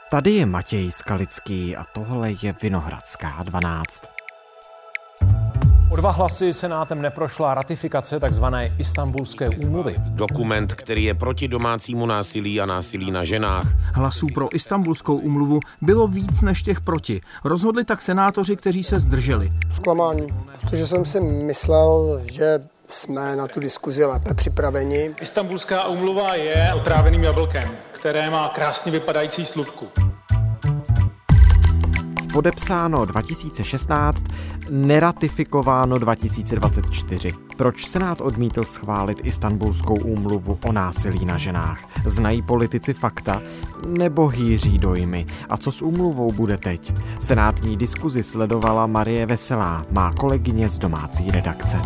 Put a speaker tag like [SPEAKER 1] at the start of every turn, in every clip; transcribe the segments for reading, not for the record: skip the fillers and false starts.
[SPEAKER 1] Tady je Matěj Skalický a tohle je Vinohradská 12.
[SPEAKER 2] O 2 hlasy Senátem neprošla ratifikace tzv. Istanbulské úmluvy.
[SPEAKER 3] Dokument, který je proti domácímu násilí a násilí na ženách.
[SPEAKER 4] Hlasů pro Istanbulskou úmluvu bylo víc než těch proti. Rozhodli tak senátoři, kteří se zdrželi.
[SPEAKER 5] Zklamání, protože jsem si myslel, že jsme na tu diskuzi lépe připraveni.
[SPEAKER 6] Istanbulská úmluva je otráveným jablkem, které má krásně vypadající slupku.
[SPEAKER 1] Podepsáno 2016, neratifikováno 2024. Proč Senát odmítl schválit Istanbulskou úmluvu o násilí na ženách? Znají politici fakta nebo hýří dojmy? A co s úmluvou bude teď? Senátní diskuzi sledovala Marie Veselá, má kolegyně z domácí redakce.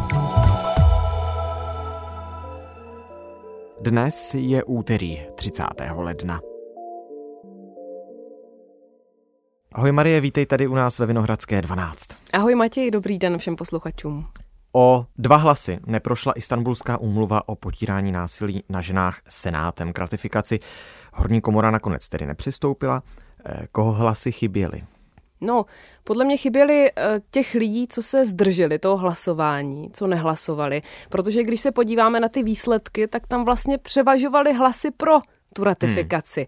[SPEAKER 1] Dnes je úterý 30. ledna. Ahoj Marie, vítej tady u nás ve Vinohradské 12.
[SPEAKER 7] Ahoj Matěj, dobrý den všem posluchačům.
[SPEAKER 1] O 2 hlasy neprošla Istanbulská úmluva o potírání násilí na ženách Senátem k ratifikaci. Horní komora nakonec tedy nepřistoupila. Koho hlasy chyběly?
[SPEAKER 7] No, podle mě chyběly těch lidí, co se zdrželi toho hlasování, co nehlasovali, protože když se podíváme na ty výsledky, tak tam vlastně převažovaly hlasy pro tu ratifikaci.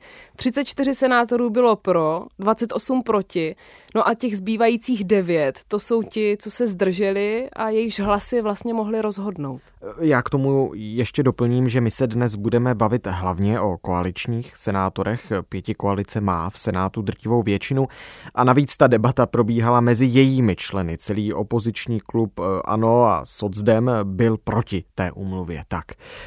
[SPEAKER 7] 34 senátorů bylo pro, 28 proti, no a těch zbývajících 9, to jsou ti, co se zdrželi a jejichž hlasy vlastně mohli rozhodnout.
[SPEAKER 1] Já k tomu ještě doplním, že my se dnes budeme bavit hlavně o koaličních senátorech. 5koalice má v Senátu drtivou většinu a navíc ta debata probíhala mezi jejími členy. Celý opoziční klub ANO a Socdem byl proti té úmluvě. Tak.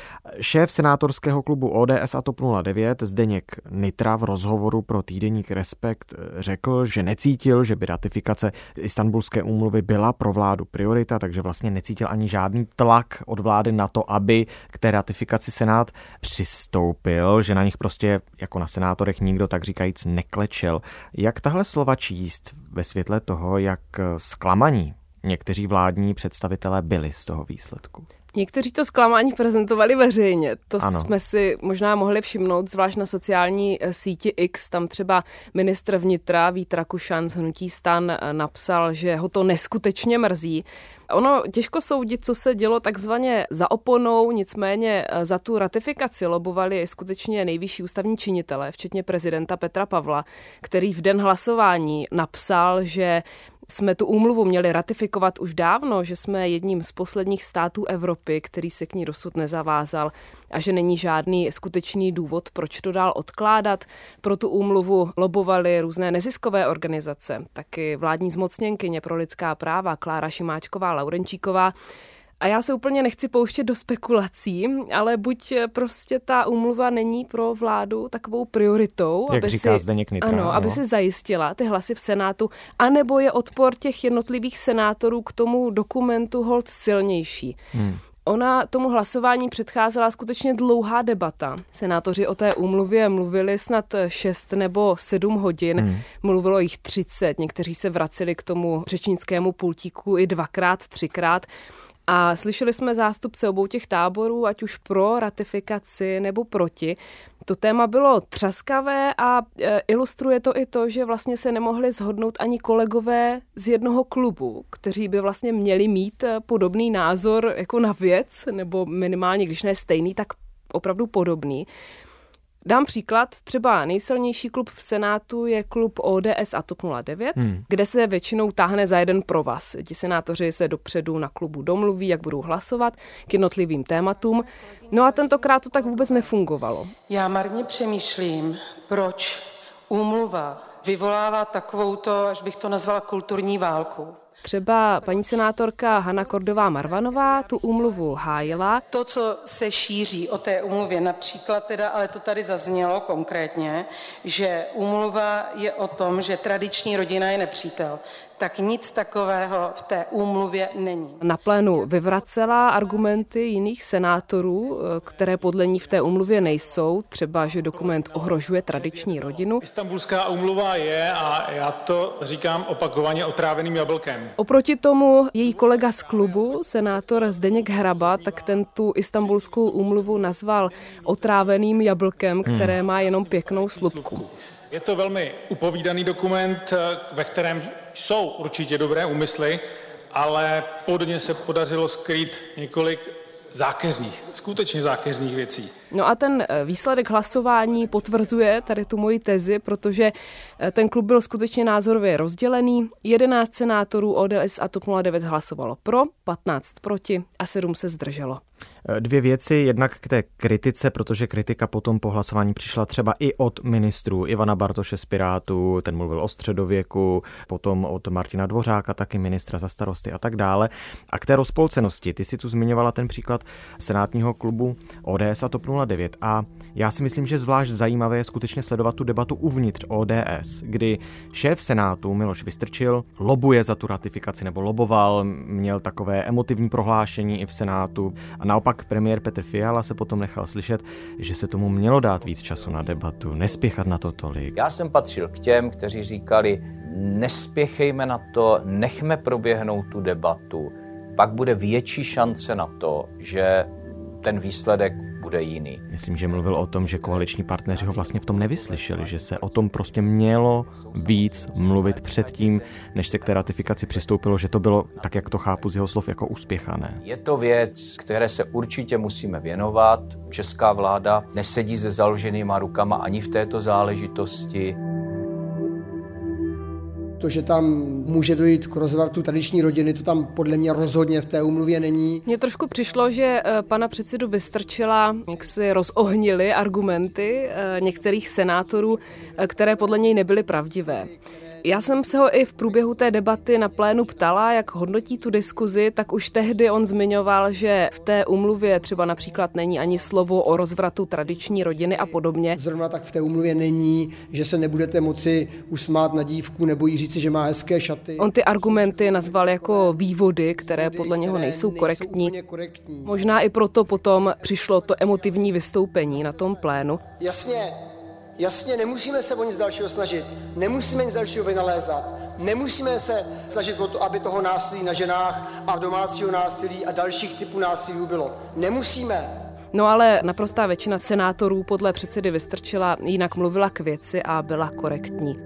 [SPEAKER 1] Šéf senátorského klubu ODS a TOP 09 Zdeněk Nytra v rozhovoru pro týdeník Respekt řekl, že necítil, že by ratifikace Istanbulské úmluvy byla pro vládu priorita, takže vlastně necítil ani žádný tlak od vlády na to, aby k té ratifikaci Senát přistoupil, že na nich prostě jako na senátorech nikdo tak říkajíc neklečel. Jak tahle slova číst ve světle toho, jak zklamaní někteří vládní představitelé byli z toho výsledku?
[SPEAKER 7] Někteří to zklamání prezentovali veřejně, to
[SPEAKER 1] ano.
[SPEAKER 7] Jsme si možná mohli všimnout, zvlášť na sociální síti X, tam třeba ministr vnitra Vít Rakušan z hnutí STAN napsal, že ho to neskutečně mrzí. Ono těžko soudit, co se dělo takzvaně za oponou, nicméně za tu ratifikaci lobovali skutečně nejvyšší ústavní činitelé, včetně prezidenta Petra Pavla, který v den hlasování napsal, že jsme tu úmluvu měli ratifikovat už dávno, že jsme jedním z posledních států Evropy, který se k ní dosud nezavázal a že není žádný skutečný důvod, proč to dál odkládat. Pro tu úmluvu lobovaly různé neziskové organizace, taky vládní zmocněnkyně pro lidská práva Klára Šimáčková-Laurenčíková. A já se úplně nechci pouštět do spekulací, ale buď prostě ta úmluva není pro vládu takovou prioritou,
[SPEAKER 1] jak říká Zdeněk Nytra,
[SPEAKER 7] ano, aby si zajistila ty hlasy v Senátu, anebo je odpor těch jednotlivých senátorů k tomu dokumentu holt silnější. Ona tomu hlasování předcházela skutečně dlouhá debata. Senátoři o té úmluvě mluvili snad 6 nebo 7 hodin, mluvilo jich 30, někteří se vraceli k tomu řečnickému pultíku i 2x, 3x. A slyšeli jsme zástupce obou těch táborů, ať už pro ratifikaci nebo proti. To téma bylo třaskavé a ilustruje to i to, že vlastně se nemohli shodnout ani kolegové z jednoho klubu, kteří by vlastně měli mít podobný názor jako na věc, nebo minimálně, když ne stejný, tak opravdu podobný. Dám příklad, třeba nejsilnější klub v Senátu je klub ODS a TOP 09, kde se většinou táhne za jeden provaz. Ti senátoři se dopředu na klubu domluví, jak budou hlasovat k jednotlivým tématům. No a tentokrát to tak vůbec nefungovalo.
[SPEAKER 8] Já marně přemýšlím, proč úmluva vyvolává takovouto, až bych to nazvala, kulturní válku.
[SPEAKER 7] Třeba paní senátorka Hana Kordová Marvanová tu úmluvu hájila.
[SPEAKER 8] To, co se šíří o té úmluvě, například teda, ale to tady zaznělo konkrétně, že úmluva je o tom, že tradiční rodina je nepřítel. tak nic takového v té úmluvě není.
[SPEAKER 7] Na plénu vyvracela argumenty jiných senátorů, které podle ní v té úmluvě nejsou, třeba že dokument ohrožuje tradiční rodinu.
[SPEAKER 6] Istanbulská úmluva je, a já to říkám opakovaně, otráveným jablkem.
[SPEAKER 7] Oproti tomu její kolega z klubu, senátor Zdeněk Hraba, tak ten tu Istanbulskou úmluvu nazval otráveným jablkem, které má jenom pěknou slupku.
[SPEAKER 6] Je to velmi upovídaný dokument, ve kterém jsou určitě dobré úmysly, ale pod ně se podařilo skrýt několik skutečně zákeřných věcí.
[SPEAKER 7] No a ten výsledek hlasování potvrzuje tady tu moji tezi, protože ten klub byl skutečně názorově rozdělený. 11 senátorů ODS a TOP 09 hlasovalo pro, 15 proti a 7 se zdrželo.
[SPEAKER 1] Dvě věci, jednak k té kritice, protože kritika potom po hlasování přišla třeba i od ministrů Ivana Bartoše z Pirátů, ten mluvil o středověku, potom od Martina Dvořáka, taky ministra za Starosty a tak dále. A k té rozpolcenosti, ty si tu zmiňovala ten příklad senátního klubu ODS a TOP 09 a já si myslím, že zvlášť zajímavé je skutečně sledovat tu debatu uvnitř ODS, kdy šéf Senátu Miloš Vystrčil lobuje za tu ratifikaci nebo loboval, měl takové emotivní prohlášení i v Senátu a naopak premiér Petr Fiala se potom nechal slyšet, že se tomu mělo dát víc času na debatu, nespěchat na to tolik.
[SPEAKER 9] Já jsem patřil k těm, kteří říkali, nespěchejme na to, nechme proběhnout tu debatu, pak bude větší šance na to, že ten výsledek bude jiný.
[SPEAKER 1] Myslím, že mluvil o tom, že koaliční partneři ho vlastně v tom nevyslyšeli, že se o tom prostě mělo víc mluvit předtím, než se k té ratifikaci přistoupilo, že to bylo, tak jak to chápu z jeho slov, jako uspěchané.
[SPEAKER 9] Je to věc, které se určitě musíme věnovat. Česká vláda nesedí se založenýma rukama ani v této záležitosti.
[SPEAKER 5] To, že tam může dojít k rozvratu tradiční rodiny, to tam podle mě rozhodně v té úmluvě není.
[SPEAKER 7] Mně trošku přišlo, že pana předsedu Vystrčila jak si rozohnili argumenty některých senátorů, které podle něj nebyly pravdivé. Já jsem se ho i v průběhu té debaty na plénu ptala, jak hodnotí tu diskuzi, tak už tehdy on zmiňoval, že v té úmluvě třeba například není ani slovo o rozvratu tradiční rodiny a podobně.
[SPEAKER 5] Zrovna tak v té úmluvě není, že se nebudete moci usmát na dívku nebo jí říci, že má hezké šaty.
[SPEAKER 7] On ty argumenty nazval jako vývody, které podle něho nejsou korektní. Možná i proto potom přišlo to emotivní vystoupení na tom plénu.
[SPEAKER 5] Jasně, nemusíme se o nic dalšího snažit, nemusíme nic dalšího vynalézat, nemusíme se snažit o to, aby toho násilí na ženách a domácího násilí a dalších typů násilí bylo. Nemusíme.
[SPEAKER 7] No ale naprostá většina senátorů podle předsedy Vystrčila jinak mluvila k věci a byla korektní.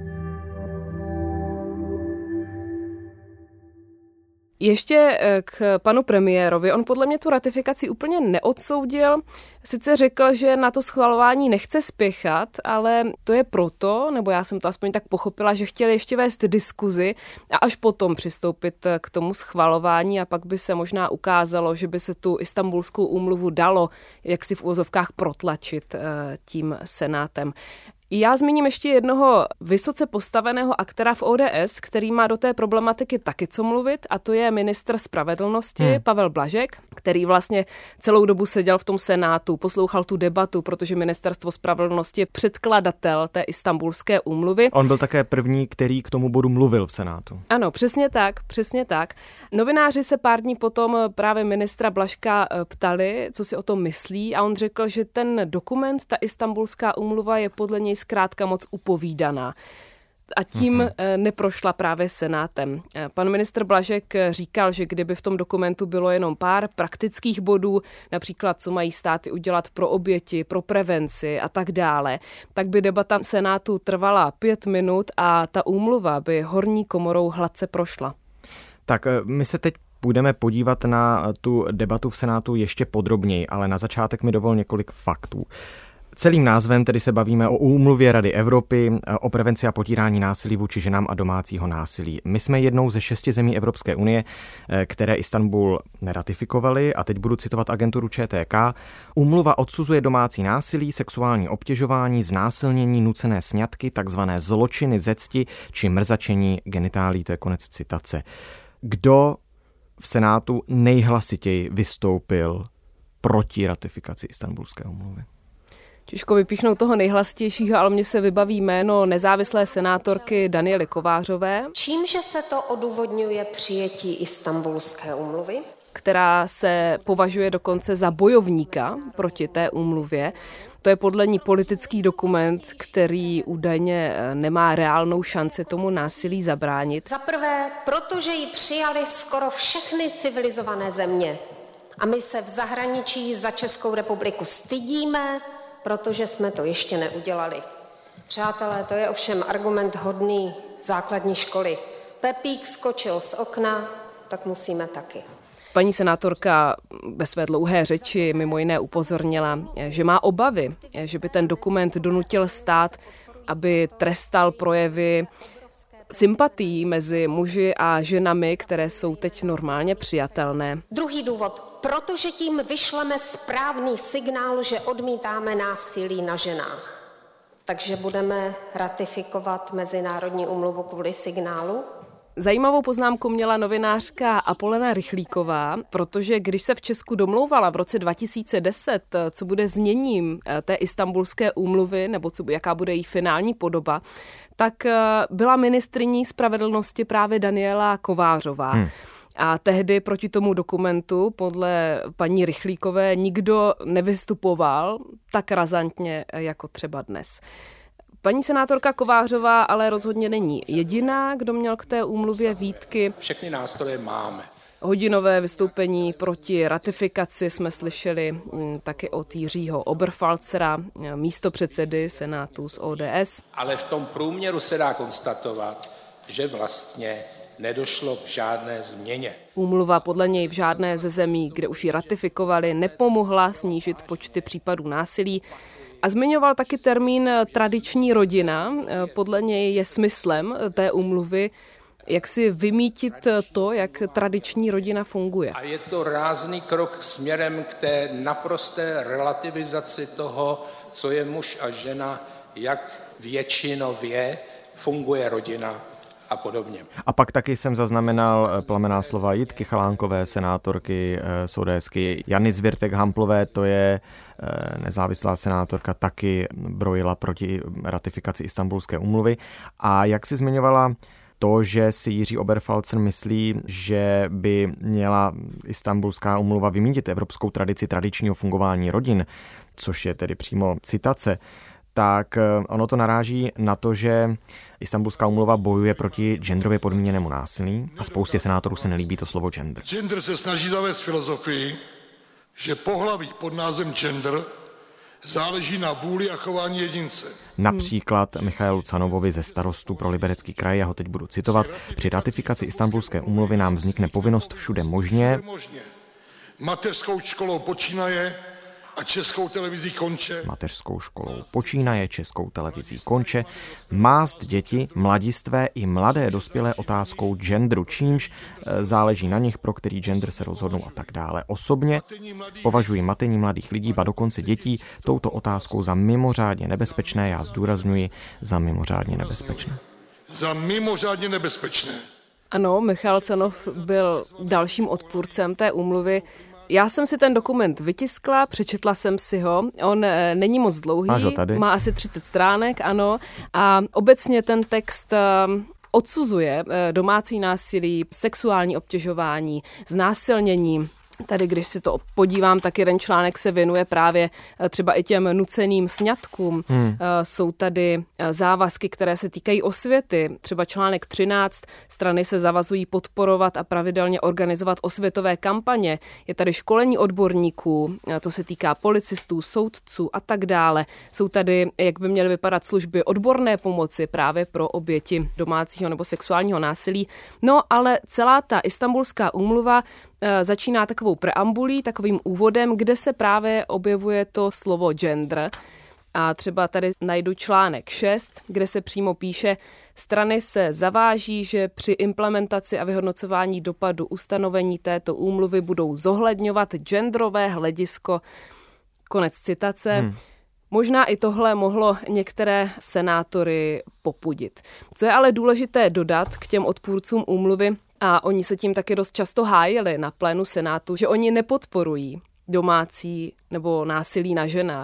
[SPEAKER 7] Ještě k panu premiérovi. On podle mě tu ratifikaci úplně neodsoudil. Sice řekl, že na to schvalování nechce spěchat, ale to je proto, nebo já jsem to aspoň tak pochopila, že chtěli ještě vést diskuzi a až potom přistoupit k tomu schvalování a pak by se možná ukázalo, že by se tu Istanbulskou úmluvu dalo jaksi v úvozovkách protlačit tím senátem. Já zmíním ještě jednoho vysoce postaveného aktéra v ODS, který má do té problematiky taky co mluvit, a to je ministr spravedlnosti Pavel Blažek, který vlastně celou dobu seděl v tom senátu, poslouchal tu debatu, protože ministerstvo spravedlnosti je předkladatel té Istanbulské úmluvy.
[SPEAKER 1] On byl také první, který k tomu bodu mluvil v senátu.
[SPEAKER 7] Ano, přesně tak. Novináři se pár dní potom právě ministra Blažka ptali, co si o tom myslí, a on řekl, že ten dokument, ta Istanbulská úmluva je podle něj zkrátka moc upovídaná. A tím neprošla právě senátem. Pan ministr Blažek říkal, že kdyby v tom dokumentu bylo jenom pár praktických bodů, například co mají státy udělat pro oběti, pro prevenci a tak dále, tak by debata senátu trvala 5 minut a ta úmluva by horní komorou hladce prošla. Tak
[SPEAKER 1] my se teď budeme podívat na tu debatu v senátu ještě podrobněji, ale na začátek mi dovol několik faktů. Celým názvem tedy se bavíme o úmluvě Rady Evropy o prevenci a potírání násilí vůči ženám a domácího násilí. My jsme jednou ze 6 zemí Evropské unie, které Istanbul neratifikovaly, a teď budu citovat agenturu ČTK. Úmluva odsuzuje domácí násilí, sexuální obtěžování, znásilnění, nucené sňatky, takzvané zločiny ze cti či mrzačení genitálí, to je konec citace. Kdo v senátu nejhlasitěji vystoupil proti ratifikaci Istanbulské úmluvy?
[SPEAKER 7] Těžko vypíchnout toho nejhlastitějšího, ale mně se vybaví jméno nezávislé senátorky Daniely Kovářové.
[SPEAKER 10] Čímže se to odůvodňuje přijetí Istanbulské úmluvy?
[SPEAKER 7] Která se považuje dokonce za bojovníka proti té úmluvě. To je podle ní politický dokument, který údajně nemá reálnou šanci tomu násilí zabránit.
[SPEAKER 10] Za prvé, protože ji přijali skoro všechny civilizované země. A my se v zahraničí za Českou republiku stydíme, protože jsme to ještě neudělali. Přátelé, to je ovšem argument hodný základní školy. Pepík skočil z okna, tak musíme taky.
[SPEAKER 7] Paní senátorka ve své dlouhé řeči mimo jiné upozornila, že má obavy, že by ten dokument donutil stát, aby trestal projevy sympatií mezi muži a ženami, které jsou teď normálně přijatelné.
[SPEAKER 10] Druhý důvod, protože tím vyšleme správný signál, že odmítáme násilí na ženách. Takže budeme ratifikovat Mezinárodní úmluvu kvůli signálu.
[SPEAKER 7] Zajímavou poznámku měla novinářka Apolena Rychlíková, protože když se v Česku domlouvala v roce 2010, co bude zněním té Istanbulské úmluvy, nebo jaká bude její finální podoba, tak byla ministryní spravedlnosti právě Daniela Kovářová. A tehdy proti tomu dokumentu podle paní Rychlíkové nikdo nevystupoval tak razantně jako třeba dnes. Paní senátorka Kovářová ale rozhodně není jediná, kdo měl k té úmluvě výtky.
[SPEAKER 11] Všechny nástroje máme.
[SPEAKER 7] Hodinové vystoupení proti ratifikaci jsme slyšeli taky od Jiřího Oberfalzera, místopředsedy Senátu z ODS.
[SPEAKER 11] Ale v tom průměru se dá konstatovat, že vlastně nedošlo k žádné změně.
[SPEAKER 7] Úmluva podle něj v žádné ze zemí, kde už ji ratifikovali, nepomohla snížit počty případů násilí. A zmiňoval taky termín tradiční rodina. Podle něj je smyslem té úmluvy, jak si vymítit to, jak tradiční rodina funguje.
[SPEAKER 11] A je to rázný krok směrem k té naprosté relativizaci toho, co je muž a žena, jak většinově funguje rodina a podobně.
[SPEAKER 1] A pak taky jsem zaznamenal plamenná slova Jitky Chalánkové, senátorky z ODSky, Jany Zwirtek-Hamplové, to je nezávislá senátorka, taky brojila proti ratifikaci Istanbulské úmluvy. A jak si zmiňovala to, že si Jiří Oberfalzer myslí, že by měla Istanbulská úmluva vymýtit evropskou tradici tradičního fungování rodin, což je tedy přímo citace, tak ono to naráží na to, že Istanbulská úmluva bojuje proti genderově podmíněnému násilí a spoustě senátorů se nelíbí to slovo gender.
[SPEAKER 12] Gender se snaží zavést filozofii, že pohlaví pod názvem gender záleží na vůli a chování jedince.
[SPEAKER 1] Například Michaelu Canovovi ze Starostů pro Liberecký kraj, já ho teď budu citovat, při ratifikaci Istanbulské úmluvy nám vznikne povinnost všude možně.
[SPEAKER 12] Mateřskou školou počínaje a Českou televizí konče.
[SPEAKER 1] Mateřskou školou počínaje, Českou televizí konče. Mást děti, mladistvé i mladé dospělé otázkou genderu, čímž záleží na nich, pro který gender se rozhodnou a tak dále. Osobně považuji matení mladých lidí, ba dokonce dětí, touto otázkou za mimořádně nebezpečné, já zdůrazňuji, za mimořádně nebezpečné.
[SPEAKER 12] Za mimořádně nebezpečné.
[SPEAKER 7] Ano, Michal Canov byl dalším odpůrcem té úmluvy. Já jsem si ten dokument vytiskla, přečetla jsem si ho, on není moc dlouhý, má asi 30 stránek, ano, a obecně ten text odsuzuje domácí násilí, sexuální obtěžování, znásilnění. Tady, když si to podívám, tak jeden článek se věnuje právě třeba i těm nuceným sňatkům. Jsou tady závazky, které se týkají osvěty. Třeba článek 13, strany se zavazují podporovat a pravidelně organizovat osvětové kampaně. Je tady školení odborníků, to se týká policistů, soudců a tak dále. Jsou tady, jak by měly vypadat služby odborné pomoci právě pro oběti domácího nebo sexuálního násilí. No ale celá ta Istanbulská úmluva začíná takovou preambulí, takovým úvodem, kde se právě objevuje to slovo gender. A třeba tady najdu článek 6, kde se přímo píše, strany se zaváží, že při implementaci a vyhodnocování dopadu ustanovení této úmluvy budou zohledňovat genderové hledisko. Konec citace. Možná i tohle mohlo některé senátory popudit. Co je ale důležité dodat k těm odpůrcům úmluvy, a oni se tím taky dost často hájili na plénu Senátu, že oni nepodporují domácí nebo násilí na ženách.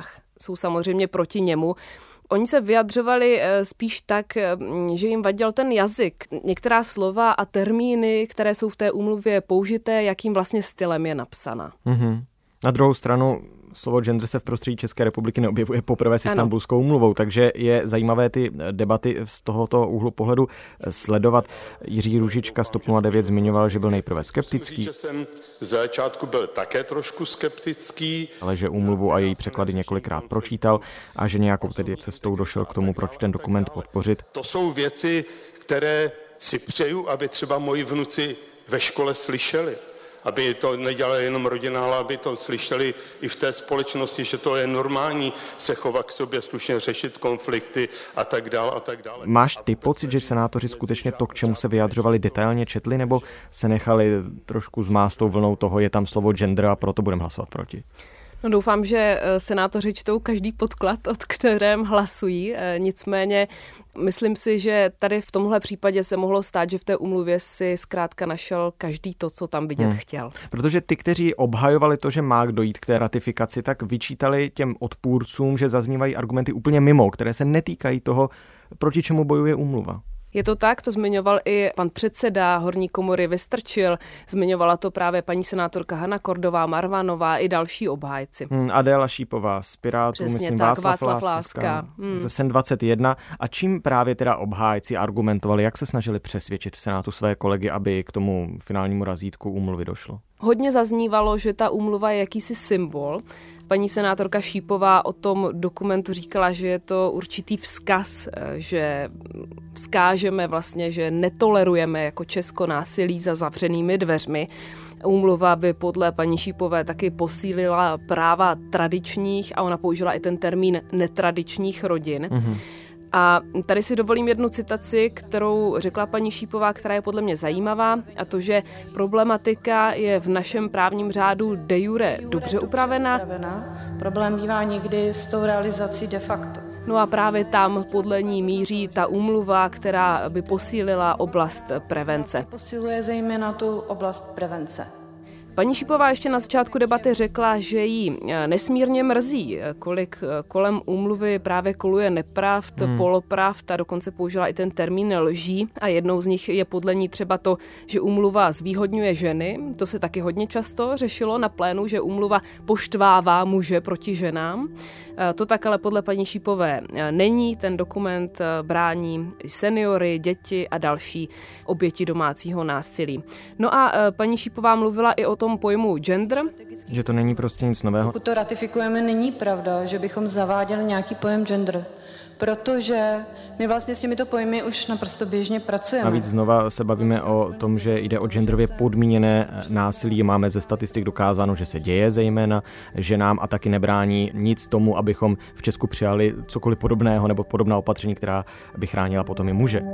[SPEAKER 7] jsou samozřejmě proti němu. Oni se vyjadřovali spíš tak, že jim vadil ten jazyk, některá slova a termíny, které jsou v té úmluvě použité, jakým vlastně stylem je napsaná.
[SPEAKER 1] Mm-hmm. Na druhou stranu slovo gender se v prostředí České republiky neobjevuje poprvé s Istanbulskou úmluvou, takže je zajímavé ty debaty z tohoto úhlu pohledu sledovat. Jiří Růžička z TOP 09 zmiňoval, že byl nejprve skeptický.
[SPEAKER 13] Že jsem z začátku byl také trošku skeptický.
[SPEAKER 1] Ale že úmluvu a její překlady několikrát pročítal a že nějakou tedy cestou došel k tomu, proč ten dokument podpořit.
[SPEAKER 13] To jsou věci, které si přeju, aby třeba moji vnuci ve škole slyšeli. Aby to nedělala jenom rodina, ale aby to slyšeli i v té společnosti, že to je normální se chovat k sobě slušně, řešit konflikty a tak dále a tak dále.
[SPEAKER 1] Máš ty pocit, že senátoři skutečně to, k čemu se vyjadřovali, detailně četli, nebo se nechali trošku zmást tou vlnou toho, je tam slovo gender a proto budeme hlasovat proti?
[SPEAKER 7] No, doufám, že senátoři čtou každý podklad, od kterém hlasují. Nicméně myslím si, že tady v tomhle případě se mohlo stát, že v té úmluvě si zkrátka našel každý to, co tam vidět chtěl.
[SPEAKER 1] Protože ty, kteří obhajovali to, že má dojít k té ratifikaci, tak vyčítali těm odpůrcům, že zaznívají argumenty úplně mimo, které se netýkají toho, proti čemu bojuje úmluva.
[SPEAKER 7] Je to tak, to zmiňoval i pan předseda horní komory Vystrčil, zmiňovala to právě paní senátorka Hana Kordová, Marvanová i další obhájci.
[SPEAKER 1] Adéla Šípová z Pirátů,
[SPEAKER 7] přesně
[SPEAKER 1] myslím
[SPEAKER 7] tak,
[SPEAKER 1] Václav Láska ze SEN 21. A čím právě teda obhájci argumentovali, jak se snažili přesvědčit v Senátu své kolegy, aby k tomu finálnímu razítku úmluvy došlo?
[SPEAKER 7] Hodně zaznívalo, že ta úmluva je jakýsi symbol. Paní senátorka Šípová o tom dokumentu říkala, že je to určitý vzkaz, že vzkážeme vlastně, že netolerujeme jako Česko násilí za zavřenými dveřmi. Úmluva by podle paní Šípové taky posílila práva tradičních a ona použila i ten termín netradičních rodin. Mm-hmm. A tady si dovolím jednu citaci, kterou řekla paní Šípová, která je podle mě zajímavá, a to, že problematika je v našem právním řádu de jure dobře upravena.
[SPEAKER 14] Problém bývá někdy s tou realizací de facto.
[SPEAKER 7] No a právě tam podle ní míří ta úmluva, která by posílila oblast prevence.
[SPEAKER 14] Posiluje zejména tu oblast prevence.
[SPEAKER 7] Paní Šípová ještě na začátku debaty řekla, že jí nesmírně mrzí, kolik kolem úmluvy právě koluje nepravd, polopravd a dokonce použila i ten termín lží. A jednou z nich je podle ní třeba to, že úmluva zvýhodňuje ženy. To se taky hodně často řešilo na plénu, že úmluva poštvává muže proti ženám. To tak ale podle paní Šípové není. Ten dokument brání seniory, děti a další oběti domácího násilí. No a paní Šípová mluvila i o tom pojmu gender.
[SPEAKER 1] Že to není prostě nic nového.
[SPEAKER 14] Pokud to ratifikujeme, není pravda, že bychom zaváděli nějaký pojem gender, protože my vlastně s těmito pojmy už naprosto běžně pracujeme.
[SPEAKER 1] Navíc znova se bavíme o tom, že jde o genderově podmíněné násilí. Máme ze statistik dokázáno, že se děje zejména ženám a taky nebrání nic tomu, abychom v Česku přijali cokoliv podobného nebo podobná opatření, která by chránila potom i muže.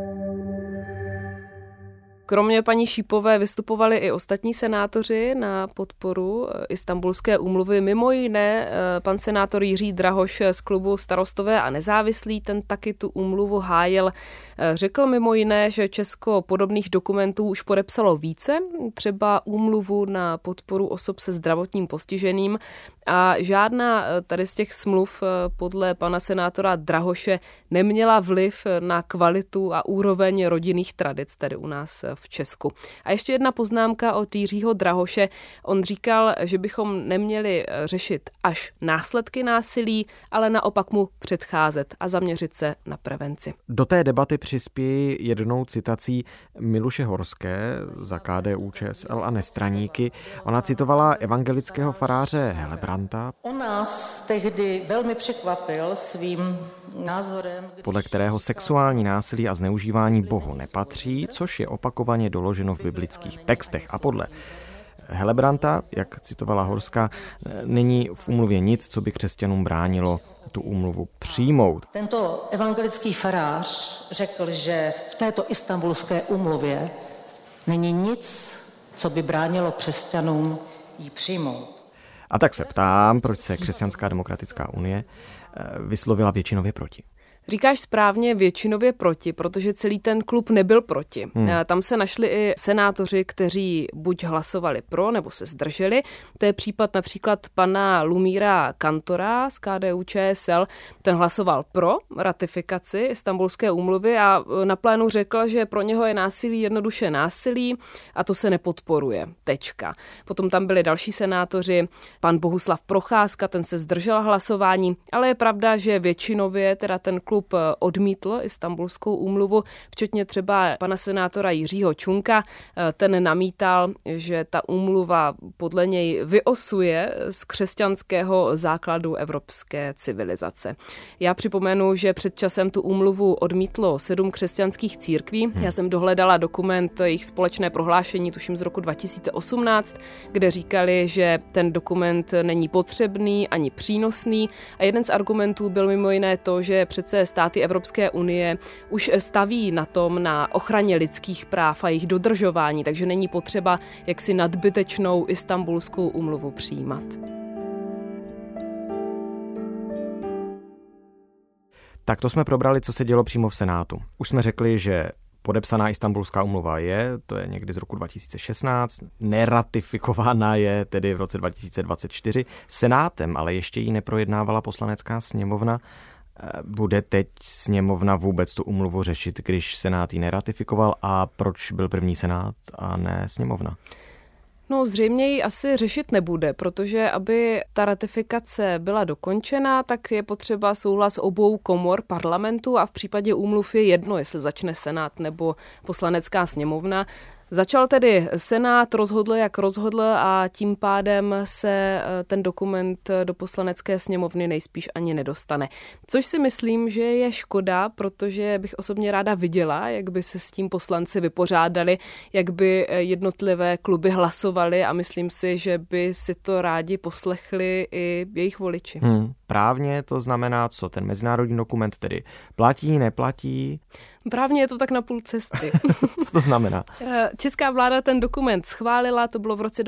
[SPEAKER 7] Kromě paní Šípové vystupovali i ostatní senátoři na podporu Istanbulské úmluvy. Mimo jiné pan senátor Jiří Drahoš z klubu Starostové a nezávislí, ten taky tu úmluvu hájil. Řekl mimo jiné, že Česko podobných dokumentů už podepsalo více, třeba úmluvu na podporu osob se zdravotním postižením, a žádná tady z těch smluv podle pana senátora Drahoše neměla vliv na kvalitu a úroveň rodinných tradic tady u nás v Česku. A ještě jedna poznámka od Jiřího Drahoše. On říkal, že bychom neměli řešit až následky násilí, ale naopak mu předcházet a zaměřit se na prevenci.
[SPEAKER 1] Do té debaty přispějí jednou citací Miluše Horské za KDU-ČSL a Nestraníky. Ona citovala evangelického faráře Helebranta,
[SPEAKER 15] On nás tehdy velmi překvapil svým názorem,
[SPEAKER 1] podle kterého sexuální násilí a zneužívání Bohu nepatří, což je opakovaně doloženo v biblických textech. A podle Helebranta, jak citovala Horská, není v úmluvě nic, co by křesťanům bránilo tu úmluvu přijmout.
[SPEAKER 15] Tento evangelický farář řekl, že v této Istanbulské úmluvě není nic, co by bránilo křesťanům ji přijmout.
[SPEAKER 1] A tak se ptám, proč se Křesťanská demokratická unie vyslovila většinově proti.
[SPEAKER 7] Říkáš správně většinově proti, protože celý ten klub nebyl proti. Tam se našli i senátoři, kteří buď hlasovali pro, nebo se zdrželi. To je případ například pana Lumíra Kantora z KDU-ČSL. Ten hlasoval pro ratifikaci Istanbulské úmluvy a na plénu řekl, že pro něho je násilí jednoduše násilí a to se nepodporuje. Tečka. Potom tam byli další senátoři, pan Bohuslav Procházka, ten se zdržel hlasování, ale je pravda, že většinově teda ten klub odmítl Istanbulskou úmluvu, včetně třeba pana senátora Jiřího Čunka. Ten namítal, že ta úmluva podle něj vyosuje z křesťanského základu evropské civilizace. Já připomenu, že před časem tu úmluvu odmítlo 7 křesťanských církví. Já jsem dohledala dokument jejich společné prohlášení, tuším z roku 2018, kde říkali, že ten dokument není potřebný ani přínosný a jeden z argumentů byl mimo jiné to, že přece státy Evropské unie už staví na ochraně lidských práv a jejich dodržování, takže není potřeba jaksi nadbytečnou Istanbulskou úmluvu přijímat.
[SPEAKER 1] Tak to jsme probrali, co se dělo přímo v Senátu. Už jsme řekli, že podepsaná Istanbulská úmluva to je někdy z roku 2016, neratifikovaná je tedy v roce 2024 Senátem, ale ještě ji neprojednávala Poslanecká sněmovna. Bude teď sněmovna vůbec tu úmluvu řešit, když Senát ji neratifikoval a proč byl první Senát a ne sněmovna?
[SPEAKER 7] No zřejmě ji asi řešit nebude, protože aby ta ratifikace byla dokončena, tak je potřeba souhlas obou komor parlamentu a v případě úmluv je jedno, jestli začne Senát nebo Poslanecká sněmovna. Začal tedy Senát, rozhodl, jak rozhodl a tím pádem se ten dokument do Poslanecké sněmovny nejspíš ani nedostane. Což si myslím, že je škoda, protože bych osobně ráda viděla, jak by se s tím poslanci vypořádali, jak by jednotlivé kluby hlasovaly a myslím si, že by si to rádi poslechli i jejich voliči.
[SPEAKER 1] Právně to znamená co? Ten mezinárodní dokument tedy platí, neplatí?
[SPEAKER 7] Právně je to tak na půl cesty.
[SPEAKER 1] Co to znamená?
[SPEAKER 7] Česká vláda ten dokument schválila, to bylo v roce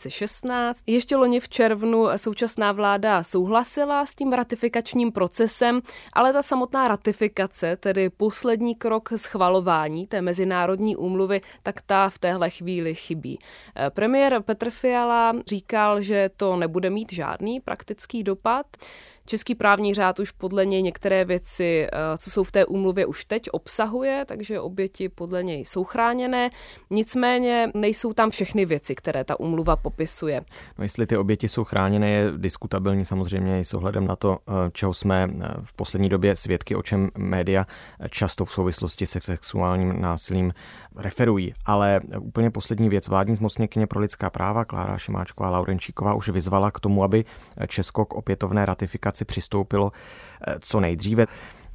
[SPEAKER 7] 2016. Ještě loni v červnu současná vláda souhlasila s tím ratifikačním procesem, ale ta samotná ratifikace, tedy poslední krok schvalování té mezinárodní úmluvy, tak ta v téhle chvíli chybí. Premiér Petr Fiala říkal, že to nebude mít žádný praktický dopad. Český právní řád už podle něj některé věci, co jsou v té úmluvě, už teď obsahuje, takže oběti podle něj jsou chráněné. Nicméně nejsou tam všechny věci, které ta úmluva popisuje.
[SPEAKER 1] No, jestli ty oběti jsou chráněné, je diskutabilní samozřejmě i s ohledem na to, čeho jsme v poslední době svědky, o čem média často v souvislosti se sexuálním násilím referují. Ale úplně poslední věc. Vládní zmocněnkyně pro lidská práva Klára Šimáčková-Laurenčíková už vyzvala k tomu, aby Česko k opětovné ratifikaci přistoupilo co nejdříve.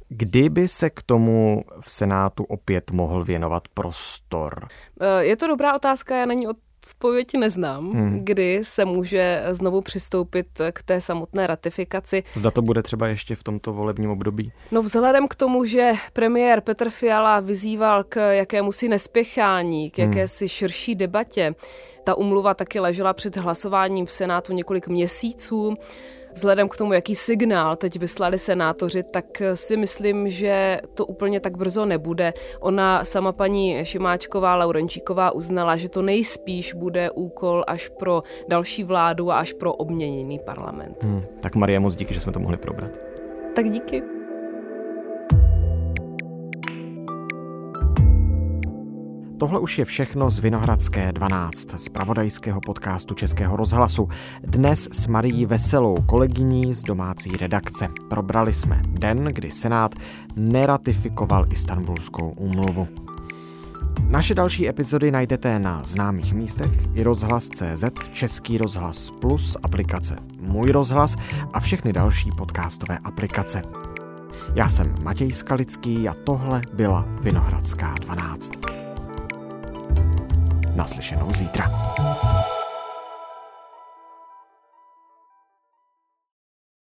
[SPEAKER 1] Kdyby se k tomu v Senátu opět mohl věnovat prostor?
[SPEAKER 7] Je to dobrá otázka, já na ní odpověď neznám, kdy se může znovu přistoupit k té samotné ratifikaci.
[SPEAKER 1] Zda to bude třeba ještě v tomto volebním období?
[SPEAKER 7] No vzhledem k tomu, že premiér Petr Fiala vyzýval k jakémusi nespěchání, k jakési širší debatě, ta úmluva taky ležela před hlasováním v Senátu několik měsíců. Vzhledem k tomu, jaký signál teď vyslali senátoři, tak si myslím, že to úplně tak brzo nebude. Ona sama paní Šimáčková-Laurenčíková uznala, že to nejspíš bude úkol až pro další vládu a až pro obměněný parlament.
[SPEAKER 1] Tak Marie, moc díky, že jsme to mohli probrat.
[SPEAKER 7] Tak díky.
[SPEAKER 1] Tohle už je všechno z Vinohradské 12, z pravodajského podcastu Českého rozhlasu. Dnes s Marií Veselou, kolegyní z domácí redakce. Probrali jsme den, kdy Senát neratifikoval Istanbulskou úmluvu. Naše další epizody najdete na známých místech i rozhlas.cz, Český rozhlas Plus, aplikace Můj rozhlas a všechny další podcastové aplikace. Já jsem Matěj Skalický a tohle byla Vinohradská 12. Naslyšenou zítra.